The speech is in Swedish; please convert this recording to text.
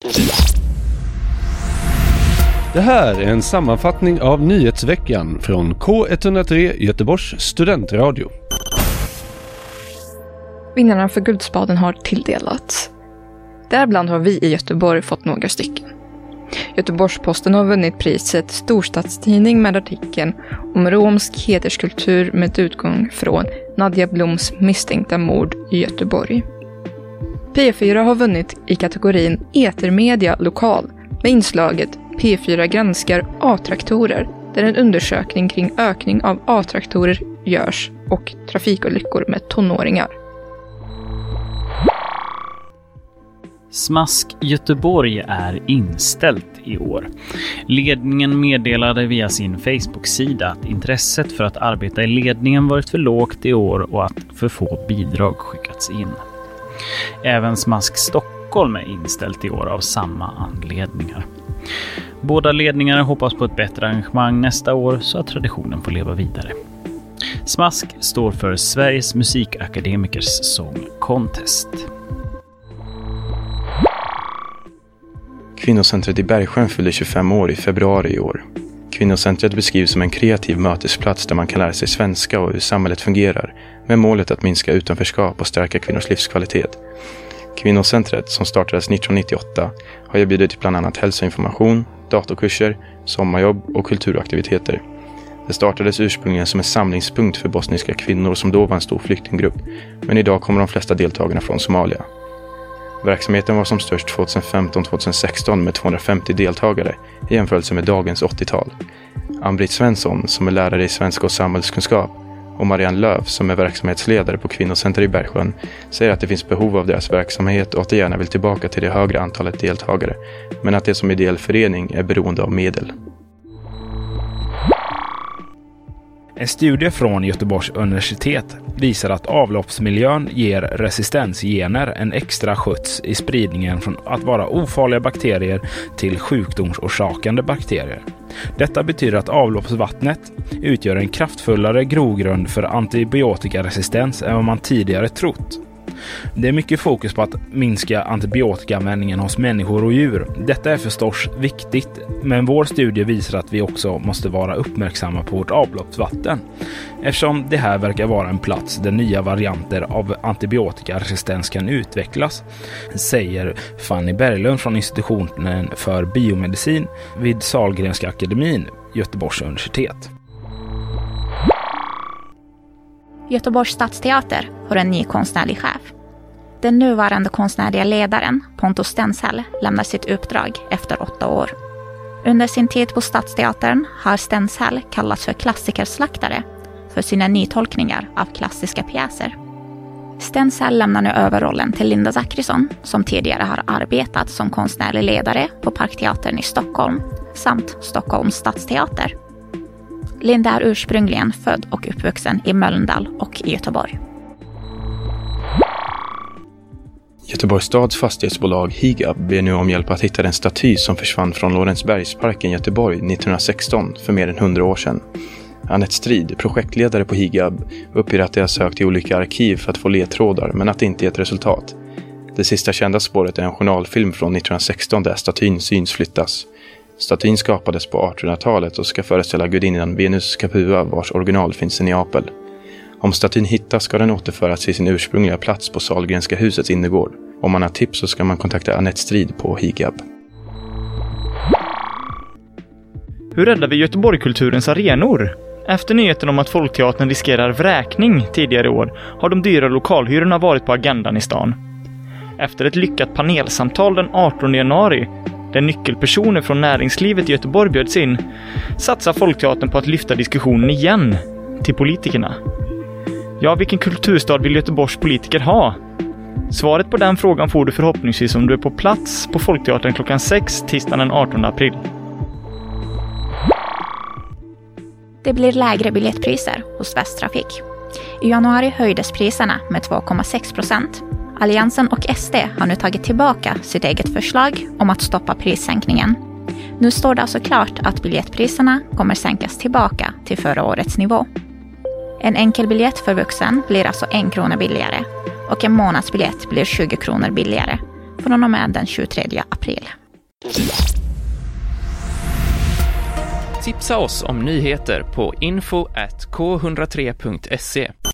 Det här är en sammanfattning av nyhetsveckan från K103 Göteborgs studentradio. Vinnarna för Guldspaden har tilldelats. Däribland har vi i Göteborg fått några stycken. Göteborgs-Posten har vunnit priset Storstadstidning med artikeln om romsk hederskultur med utgång från Nadia Bloms misstänkta mord i Göteborg. P4 har vunnit i kategorin Etermedia lokal med inslaget P4 granskar A-traktorer, där en undersökning kring ökning av A-traktorer görs och trafikolyckor med tonåringar. Smask Göteborg är inställt i år. Ledningen meddelade via sin Facebook-sida att intresset för att arbeta i ledningen varit för lågt i år och att för få bidrag skickats in. Även Smask Stockholm är inställt i år av samma anledningar. Båda ledningarna hoppas på ett bättre arrangemang nästa år så att traditionen får leva vidare. Smask står för Sveriges musikakademikers Song Contest. Kvinnocentret i Bergsjön fyllde 25 år i februari i år. Kvinnocentret beskrivs som en kreativ mötesplats där man kan lära sig svenska och hur samhället fungerar, med målet att minska utanförskap och stärka kvinnors livskvalitet. Kvinnocentret, som startades 1998, har erbjudit bland annat hälsoinformation, datorkurser, sommarjobb och kulturaktiviteter. Det startades ursprungligen som en samlingspunkt för bosniska kvinnor som då var en stor flyktinggrupp, men idag kommer de flesta deltagarna från Somalia. Verksamheten var som störst 2015-2016 med 250 deltagare i jämförelse med dagens 80-tal. Ann-Britt Svensson, som är lärare i svenska och samhällskunskap, och Marianne Löf, som är verksamhetsledare på Kvinnocenter i Bergsjön, säger att det finns behov av deras verksamhet och att de gärna vill tillbaka till det högre antalet deltagare, men att det som ideell förening är beroende av medel. En studie från Göteborgs universitet visar att avloppsmiljön ger resistensgener en extra skjuts i spridningen från att vara ofarliga bakterier till sjukdomsorsakande bakterier. Detta betyder att avloppsvattnet utgör en kraftfullare grogrund för antibiotikaresistens än vad man tidigare trott. Det är mycket fokus på att minska antibiotikaanvändningen hos människor och djur. Detta är förstås viktigt, men vår studie visar att vi också måste vara uppmärksamma på vårt avloppsvatten, eftersom det här verkar vara en plats där nya varianter av antibiotikaresistens kan utvecklas, säger Fanny Berglund från institutionen för biomedicin vid Sahlgrenska akademin, Göteborgs universitet. Göteborgs stadsteater har en ny konstnärlig chef. Den nuvarande konstnärliga ledaren, Pontus Stenshäll, lämnar sitt uppdrag efter 8 år. Under sin tid på Stadsteatern har Stenshäll kallats för klassikerslaktare för sina nytolkningar av klassiska pjäser. Stenshäll lämnar nu över rollen till Linda Zachrisson, som tidigare har arbetat som konstnärlig ledare på Parkteatern i Stockholm samt Stockholms stadsteater. Linda är ursprungligen född och uppvuxen i Mölndal och i Göteborg. Göteborgs stads fastighetsbolag Higab ber nu om hjälp att hitta den staty som försvann från Lorensbergsparken i Göteborg 1916 för mer än 100 år sedan. Annette Strid, projektledare på Higab, uppger att de har sökt i olika arkiv för att få ledtrådar men att det inte gett resultat. Det sista kända spåret är en journalfilm från 1916 där statyn syns flyttas. Statyn skapades på 1800-talet och ska föreställa gudinnan Venus Capua, vars original finns i Neapel. Om statyn hittas ska den återföras till sin ursprungliga plats på Sahlgrenska husets innergård. Om man har tips så ska man kontakta Annette Strid på Higab. Hur räddar vi Göteborgkulturens arenor? Efter nyheten om att Folkteatern riskerar vräkning tidigare i år har de dyra lokalhyrorna varit på agendan i stan. Efter ett lyckat panelsamtal den 18 januari, där nyckelpersoner från näringslivet i Göteborg bjöds in, satsar Folkteatern på att lyfta diskussionen igen till politikerna. Ja, vilken kulturstad vill Göteborgs politiker ha? Svaret på den frågan får du förhoppningsvis om du är på plats på Folkteatern klockan 6 tisdagen den 18 april. Det blir lägre biljettpriser hos Västtrafik. I januari höjdes priserna med 2,6%. Alliansen och SD har nu tagit tillbaka sitt eget förslag om att stoppa prissänkningen. Nu står det alltså klart att biljettpriserna kommer sänkas tillbaka till förra årets nivå. En enkelbiljett för vuxen blir alltså 1 krona billigare och en månadsbiljett blir 20 kronor billigare, från och med den 23 april. Tipsa oss om nyheter på info@k103.se.